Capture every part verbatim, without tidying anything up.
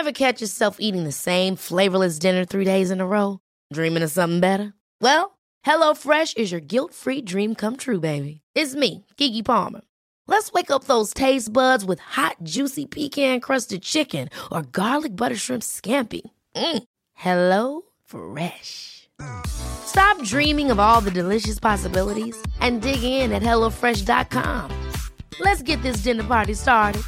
Ever catch yourself eating the same flavorless dinner three days in a row? Dreaming of something better? Well, HelloFresh is your guilt-free dream come true, baby. It's me, Keke Palmer. Let's wake up those taste buds with hot, juicy pecan-crusted chicken or garlic butter shrimp scampi. Mm. Hello Fresh. Stop dreaming of all the delicious possibilities and dig in at hello fresh dot com. Let's get this dinner party started.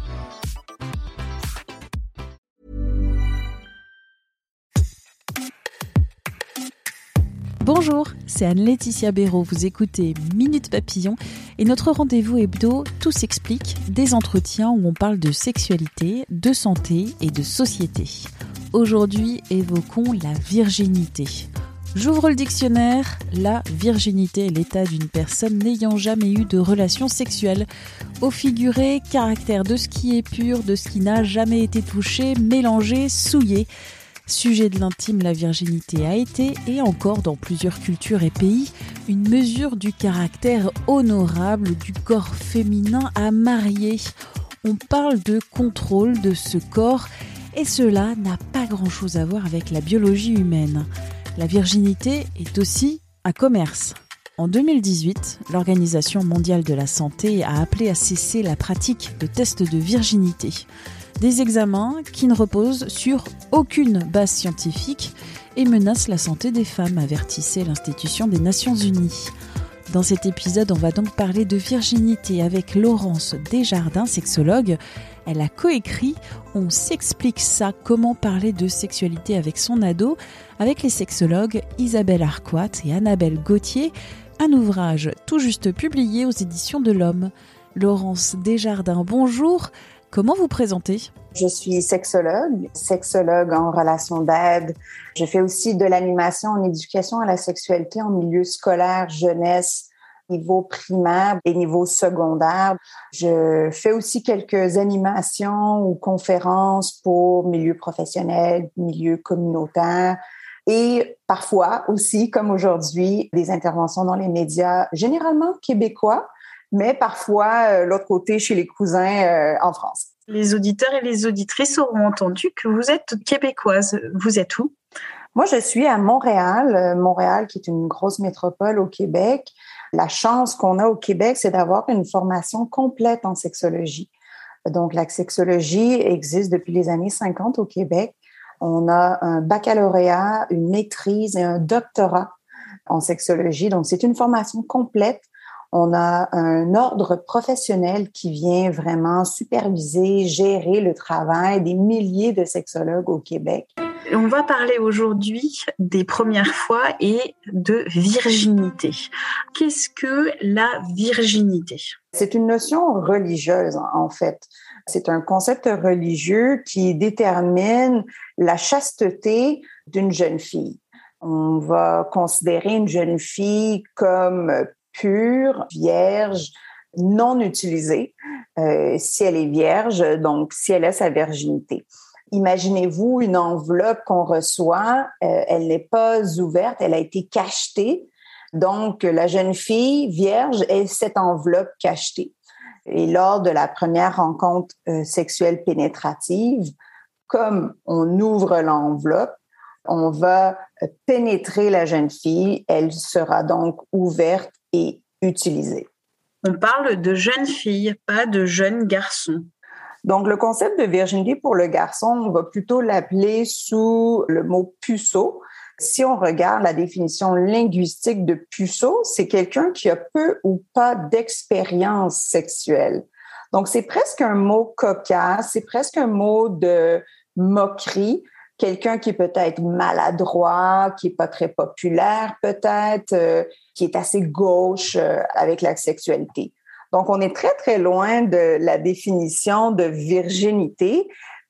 Bonjour, c'est Anne-Laetitia Béraud, vous écoutez Minute Papillon et notre rendez-vous hebdo Tout s'explique, des entretiens où on parle de sexualité, de santé et de société. Aujourd'hui, évoquons la virginité. J'ouvre le dictionnaire, la virginité est l'état d'une personne n'ayant jamais eu de relations sexuelles. Au figuré, caractère de ce qui est pur, de ce qui n'a jamais été touché, mélangé, souillé. Sujet de l'intime, la virginité a été, et encore dans plusieurs cultures et pays, une mesure du caractère honorable du corps féminin à marier. On parle de contrôle de ce corps, et cela n'a pas grand-chose à voir avec la biologie humaine. La virginité est aussi un commerce. En deux mille dix-huit, l'Organisation mondiale de la santé a appelé à cesser la pratique de tests de virginité. Des examens qui ne reposent sur aucune base scientifique et menacent la santé des femmes, avertissait l'Institution des Nations Unies. Dans cet épisode, on va donc parler de virginité avec Laurence Desjardins, sexologue. Elle a coécrit « On s'explique ça, comment parler de sexualité avec son ado » avec les sexologues Isabelle Arquat et Annabelle Gauthier, un ouvrage tout juste publié aux éditions de l'Homme. Laurence Desjardins, bonjour. Comment vous présentez ? Je suis sexologue, sexologue en relation d'aide. Je fais aussi de l'animation en éducation à la sexualité en milieu scolaire, jeunesse, niveau primaire et niveau secondaire. Je fais aussi quelques animations ou conférences pour milieu professionnel, milieu communautaire et parfois aussi, comme aujourd'hui, des interventions dans les médias, généralement québécois, mais parfois euh, l'autre côté chez les cousins euh, en France. Les auditeurs et les auditrices auront entendu que vous êtes québécoise. Vous êtes où? Moi, je suis à Montréal. Montréal, qui est une grosse métropole au Québec. La chance qu'on a au Québec, c'est d'avoir une formation complète en sexologie. Donc, la sexologie existe depuis les années cinquante au Québec. On a un baccalauréat, une maîtrise et un doctorat en sexologie. Donc, c'est une formation complète. On a un ordre professionnel qui vient vraiment superviser, gérer le travail des milliers de sexologues au Québec. On va parler aujourd'hui des premières fois et de virginité. Qu'est-ce que la virginité? C'est une notion religieuse, en fait. C'est un concept religieux qui détermine la chasteté d'une jeune fille. On va considérer une jeune fille comme pure, vierge, non utilisée, euh, si elle est vierge, donc si elle a sa virginité. Imaginez-vous une enveloppe qu'on reçoit, euh, elle n'est pas ouverte, elle a été cachetée. Donc, la jeune fille vierge est cette enveloppe cachetée. Et lors de la première rencontre euh, sexuelle pénétrative, comme on ouvre l'enveloppe, on va pénétrer la jeune fille, elle sera donc ouverte et utilisée. On parle de jeune fille, pas de jeune garçon. Donc, le concept de virginité pour le garçon, on va plutôt l'appeler sous le mot puceau. Si on regarde la définition linguistique de puceau, c'est quelqu'un qui a peu ou pas d'expérience sexuelle. Donc, c'est presque un mot cocasse, c'est presque un mot de moquerie. Quelqu'un qui est peut-être maladroit, qui est pas très populaire peut-être, euh, qui est assez gauche euh, avec la sexualité. Donc, on est très, très loin de la définition de virginité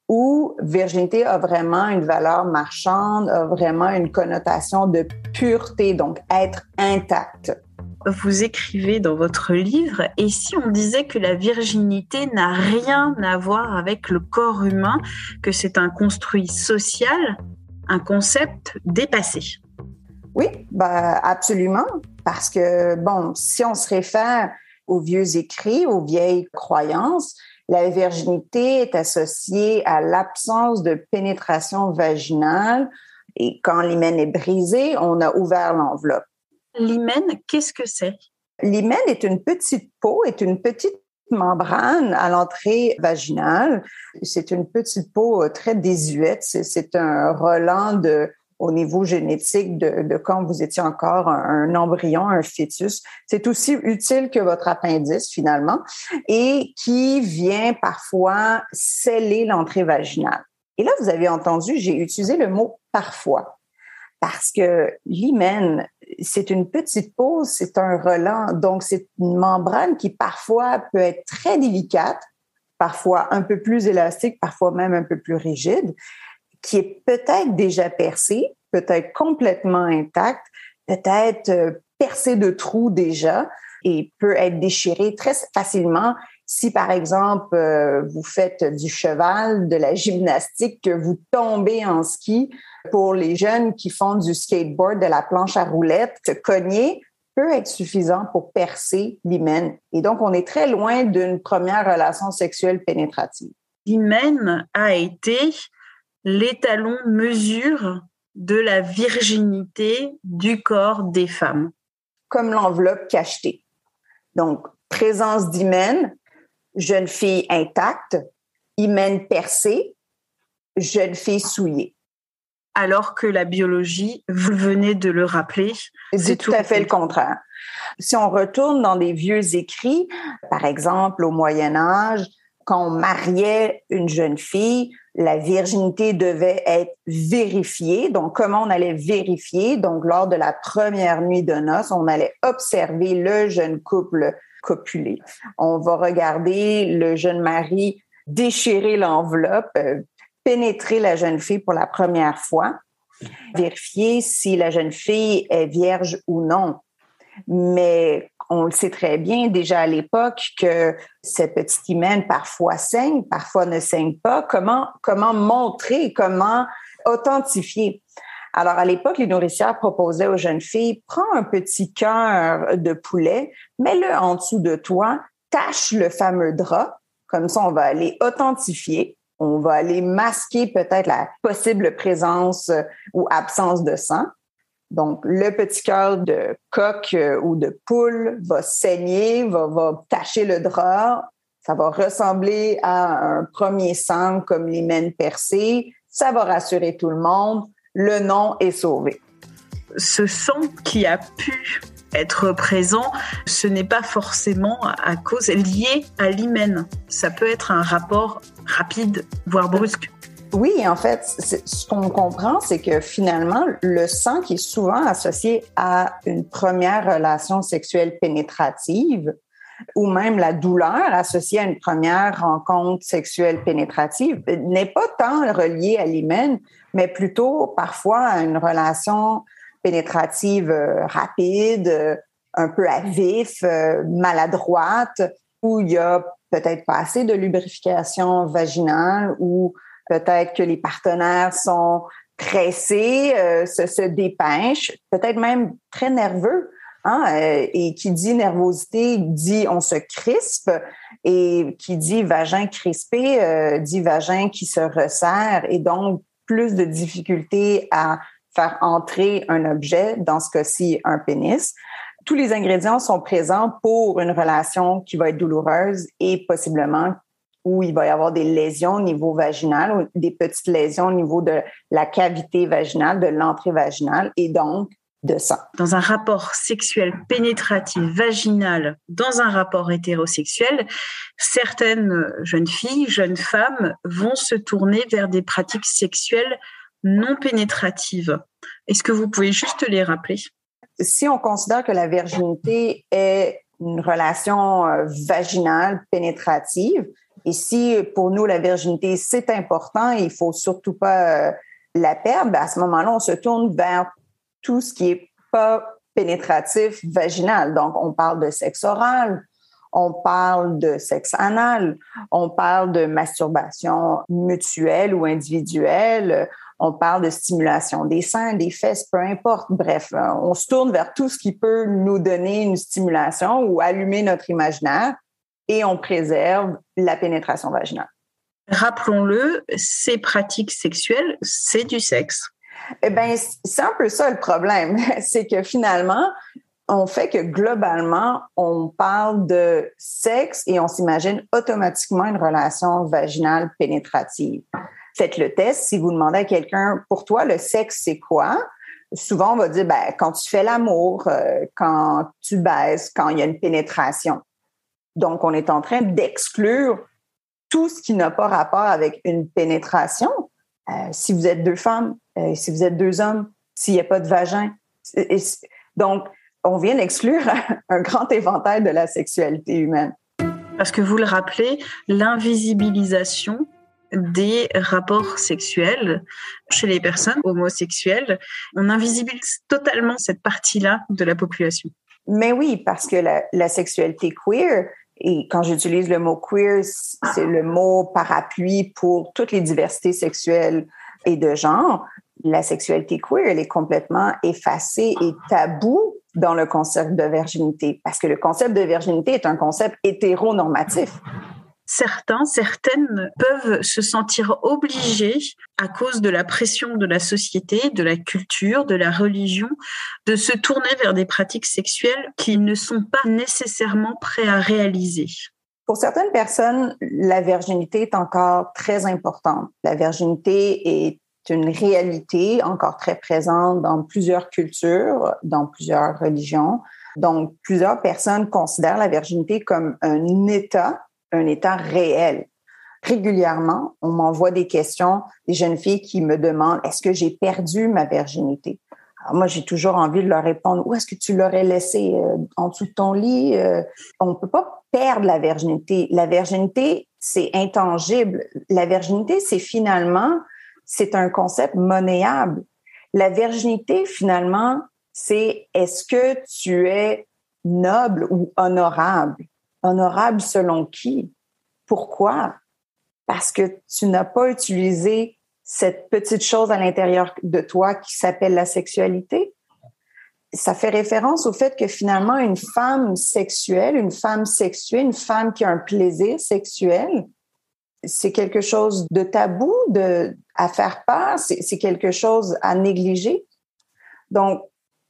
où virginité a vraiment une valeur marchande, a vraiment une connotation de pureté, donc être intact. Vous écrivez dans votre livre « Et si on disait que la virginité n'a rien à voir avec le corps humain, que c'est un construit social, un concept dépassé ?» Oui, ben absolument, parce que, bon, si on se réfère aux vieux écrits, aux vieilles croyances, La virginité est associée à l'absence de pénétration vaginale et quand l'hymen est brisé, on a ouvert l'enveloppe. L'hymen, qu'est-ce que c'est? L'hymen est une petite peau, est une petite membrane à l'entrée vaginale. C'est une petite peau très désuète. C'est, c'est un relent de, au niveau génétique de, de quand vous étiez encore un, un embryon, un fœtus. C'est aussi utile que votre appendice, finalement, et qui vient parfois sceller l'entrée vaginale. Et là, vous avez entendu, j'ai utilisé le mot « parfois ». Parce que l'hymen, c'est une petite peau, c'est un relent, donc c'est une membrane qui parfois peut être très délicate, parfois un peu plus élastique, parfois même un peu plus rigide, qui est peut-être déjà percée, peut-être complètement intacte, peut-être percée de trous déjà et peut être déchirée très facilement. Si, par exemple, euh, vous faites du cheval, de la gymnastique, que vous tombez en ski, pour les jeunes qui font du skateboard, de la planche à roulettes, se cogner peut être suffisant pour percer l'hymen. Et donc, on est très loin d'une première relation sexuelle pénétrative. L'hymen a été l'étalon mesure de la virginité du corps des femmes. Comme l'enveloppe cachetée. Donc, présence d'hymen, jeune fille intacte, hymen percé, jeune fille souillée. Alors que la biologie, vous venez de le rappeler, c'est, c'est tout, tout à fait le contraire. Si on retourne dans des vieux écrits, par exemple au Moyen Âge, quand on mariait une jeune fille, la virginité devait être vérifiée. Donc, comment on allait vérifier? Donc, lors de la première nuit de noces, on allait observer le jeune couple copuler. On va regarder le jeune mari déchirer l'enveloppe, euh, pénétrer la jeune fille pour la première fois, vérifier si la jeune fille est vierge ou non. Mais on le sait très bien déjà à l'époque que ces petits hymens parfois saignent, parfois ne saignent pas. Comment, comment montrer, comment authentifier? Alors, à l'époque, les nourricières proposaient aux jeunes filles, prends un petit cœur de poulet, mets-le en dessous de toi, tâche le fameux drap. Comme ça, on va aller authentifier. On va aller masquer peut-être la possible présence ou absence de sang. Donc, le petit cœur de coq ou de poule va saigner, va, va tacher le drap. Ça va ressembler à un premier sang comme l'hymen percé. Ça va rassurer tout le monde. Le nom est sauvé. Ce sang qui a pu être présent, ce n'est pas forcément à cause lié à l'hymen. Ça peut être un rapport rapide, voire brusque. Oui, en fait, ce qu'on comprend, c'est que finalement, le sang qui est souvent associé à une première relation sexuelle pénétrative ou même la douleur associée à une première rencontre sexuelle pénétrative n'est pas tant reliée à l'hymen, mais plutôt parfois à une relation pénétrative rapide, un peu à vif, maladroite, où il y a peut-être pas assez de lubrification vaginale ou peut-être que les partenaires sont pressés, euh, se, se dépêchent, peut-être même très nerveux. Hein? Euh, et qui dit nervosité dit on se crispe, et qui dit vagin crispé euh, dit vagin qui se resserre, et donc plus de difficultés à faire entrer un objet, dans ce cas-ci un pénis. Tous les ingrédients sont présents pour une relation qui va être douloureuse et possiblement où il va y avoir des lésions au niveau vaginal, ou des petites lésions au niveau de la cavité vaginale, de l'entrée vaginale, et donc de sang. Dans un rapport sexuel pénétratif vaginal, dans un rapport hétérosexuel, certaines jeunes filles, jeunes femmes vont se tourner vers des pratiques sexuelles non pénétratives. Est-ce que vous pouvez juste les rappeler? Si on considère que la virginité est une relation vaginale pénétrative, et si pour nous la virginité c'est important, il faut surtout pas la perdre, ben à ce moment-là on se tourne vers tout ce qui est pas pénétratif vaginal. Donc on parle de sexe oral, on parle de sexe anal, on parle de masturbation mutuelle ou individuelle, on parle de stimulation des seins, des fesses, peu importe. Bref, on se tourne vers tout ce qui peut nous donner une stimulation ou allumer notre imaginaire. et on préserve la pénétration vaginale. Rappelons-le, ces pratiques sexuelles, c'est du sexe. Eh bien, c'est un peu ça le problème. C'est que finalement, on fait que globalement, on parle de sexe et on s'imagine automatiquement une relation vaginale pénétrative. Faites le test. Si vous demandez à quelqu'un, pour toi, le sexe, c'est quoi? Souvent, on va dire, ben, quand tu fais l'amour, euh, quand tu baises, quand il y a une pénétration. Donc, on est en train d'exclure tout ce qui n'a pas rapport avec une pénétration. Euh, si vous êtes deux femmes, euh, si vous êtes deux hommes, s'il n'y a pas de vagin. Et, et, donc, on vient d'exclure un grand éventail de la sexualité humaine. Parce que vous le rappelez, l'invisibilisation des rapports sexuels chez les personnes homosexuelles, on invisibilise totalement cette partie-là de la population. Mais oui, parce que la, la sexualité queer, et quand j'utilise le mot queer, c'est le mot parapluie pour toutes les diversités sexuelles et de genre. La sexualité queer, elle est complètement effacée et taboue dans le concept de virginité, parce que le concept de virginité est un concept hétéronormatif. Certains, certaines peuvent se sentir obligés, à cause de la pression de la société, de la culture, de la religion, de se tourner vers des pratiques sexuelles qu'ils ne sont pas nécessairement prêts à réaliser. Pour certaines personnes, la virginité est encore très importante. La virginité est une réalité encore très présente dans plusieurs cultures, dans plusieurs religions. Donc, plusieurs personnes considèrent la virginité comme un état un état réel. Régulièrement, on m'envoie des questions, des jeunes filles qui me demandent « Est-ce que j'ai perdu ma virginité? » Alors moi, j'ai toujours envie de leur répondre « Où est-ce que tu l'aurais laissé? Euh, en dessous de ton lit? Euh, » On ne peut pas perdre la virginité. La virginité, c'est intangible. La virginité, c'est finalement, c'est un concept monnayable. La virginité, finalement, c'est est-ce que tu es noble ou honorable? Honorable selon qui? Pourquoi? Parce que tu n'as pas utilisé cette petite chose à l'intérieur de toi qui s'appelle la sexualité. Ça fait référence au fait que finalement, une femme sexuelle, une femme sexuée, une femme qui a un plaisir sexuel, c'est quelque chose de tabou, de, à faire part, c'est, c'est quelque chose à négliger. Donc,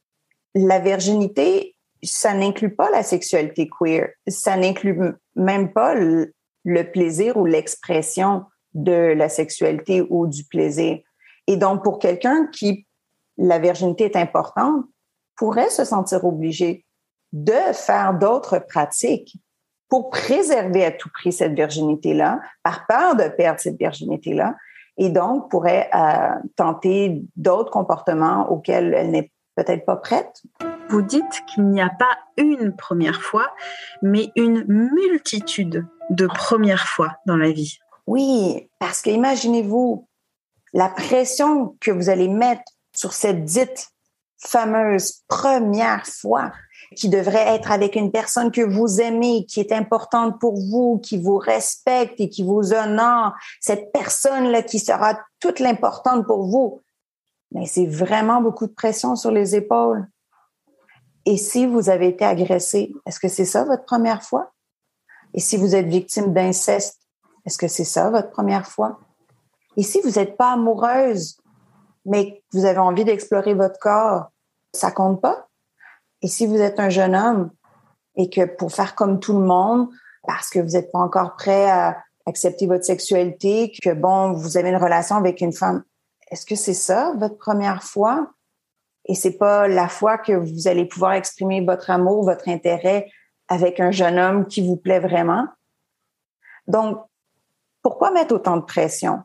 la virginité, ça n'inclut pas la sexualité queer. Ça n'inclut même pas le, le plaisir ou l'expression de la sexualité ou du plaisir. Et donc, pour quelqu'un qui, la virginité est importante, pourrait se sentir obligé de faire d'autres pratiques pour préserver à tout prix cette virginité-là, par peur de perdre cette virginité-là, et donc pourrait euh, tenter d'autres comportements auxquels elle n'est peut-être pas prête. Vous dites qu'il n'y a pas une première fois, mais une multitude de premières fois dans la vie. Oui, parce que imaginez-vous la pression que vous allez mettre sur cette dite fameuse première fois qui devrait être avec une personne que vous aimez, qui est importante pour vous, qui vous respecte et qui vous honore, cette personne-là qui sera toute l'importante pour vous. Mais c'est vraiment beaucoup de pression sur les épaules. Et si vous avez été agressé, est-ce que c'est ça votre première fois? Et si vous êtes victime d'inceste, est-ce que c'est ça votre première fois? Et si vous n'êtes pas amoureuse, mais que vous avez envie d'explorer votre corps, ça compte pas? Et si vous êtes un jeune homme et que pour faire comme tout le monde, parce que vous n'êtes pas encore prêt à accepter votre sexualité, que bon, vous avez une relation avec une femme, est-ce que c'est ça votre première fois? Et c'est pas la fois que vous allez pouvoir exprimer votre amour, votre intérêt avec un jeune homme qui vous plaît vraiment? Donc, pourquoi mettre autant de pression?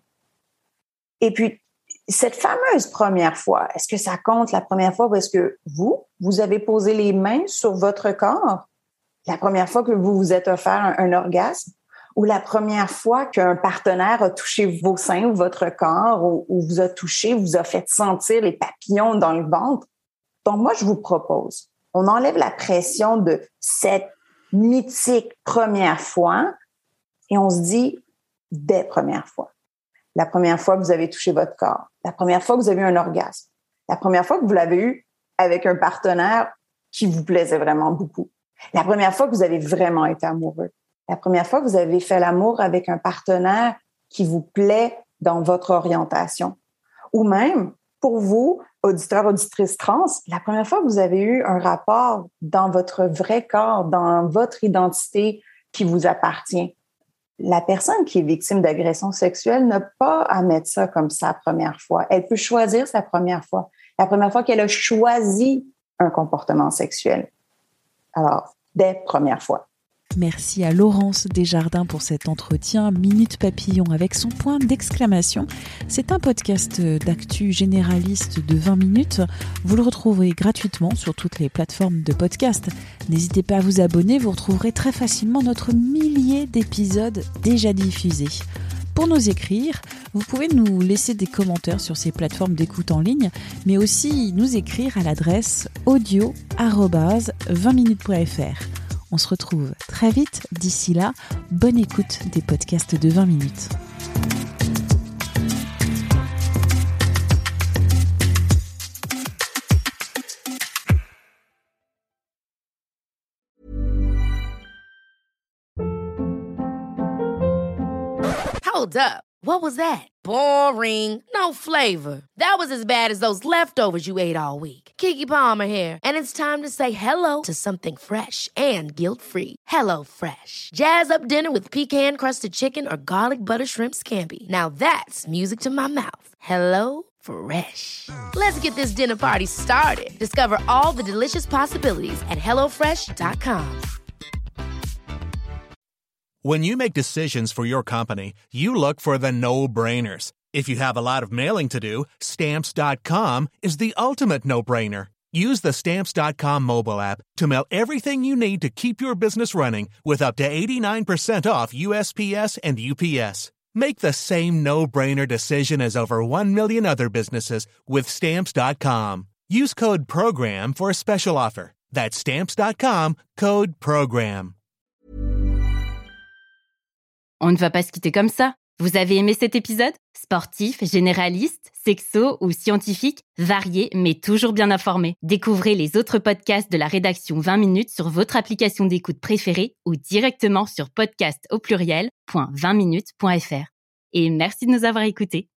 Et puis, cette fameuse première fois, est-ce que ça compte la première fois où est-ce que vous, vous avez posé les mains sur votre corps? La première fois que vous vous êtes offert un, un orgasme? Ou la première fois qu'un partenaire a touché vos seins ou votre corps, ou, ou vous a touché, vous a fait sentir les papillons dans le ventre? Donc, moi, je vous propose, on enlève la pression de cette mythique première fois et on se dit des premières fois. La première fois que vous avez touché votre corps, la première fois que vous avez eu un orgasme, la première fois que vous l'avez eu avec un partenaire qui vous plaisait vraiment beaucoup, la première fois que vous avez vraiment été amoureux. La première fois que vous avez fait l'amour avec un partenaire qui vous plaît dans votre orientation. Ou même, pour vous, auditeurs, auditrices trans, la première fois que vous avez eu un rapport dans votre vrai corps, dans votre identité qui vous appartient. La personne qui est victime d'agression sexuelle n'a pas à mettre ça comme sa première fois. Elle peut choisir sa première fois. La première fois qu'elle a choisi un comportement sexuel. Alors, dès première fois. Merci à Laurence Desjardins pour cet entretien Minute Papillon avec son point d'exclamation. C'est un podcast d'actu généraliste de vingt minutes. Vous le retrouverez gratuitement sur toutes les plateformes de podcast. N'hésitez pas à vous abonner, vous retrouverez très facilement notre millier d'épisodes déjà diffusés. Pour nous écrire, vous pouvez nous laisser des commentaires sur ces plateformes d'écoute en ligne, mais aussi nous écrire à l'adresse audio arobase vingt minutes point f r. On se retrouve très vite. D'ici là, bonne écoute des podcasts de vingt minutes. Hold up. What was that? Boring. No flavor. That was as bad as those leftovers you ate all week. Keke Palmer here, and it's time to say hello to something fresh and guilt-free. Hello Fresh. Jazz up dinner with pecan-crusted chicken or garlic butter shrimp scampi. Now that's music to my mouth. Hello Fresh. Let's get this dinner party started. Discover all the delicious possibilities at hello fresh dot com. When you make decisions for your company, you look for the no-brainers. If you have a lot of mailing to do, Stamps dot com is the ultimate no-brainer. Use the Stamps dot com mobile app to mail everything you need to keep your business running with up to eighty-nine percent off U S P S and U P S. Make the same no-brainer decision as over one million other businesses with Stamps dot com. Use code PROGRAM for a special offer. That's Stamps dot com, code PROGRAM. On ne va pas se quitter comme ça. Vous avez aimé cet épisode ? Sportif, généraliste, sexo ou scientifique, varié mais toujours bien informé. Découvrez les autres podcasts de la rédaction vingt minutes sur votre application d'écoute préférée ou directement sur podcast au pluriel point vingt minutes point f r. Et merci de nous avoir écoutés.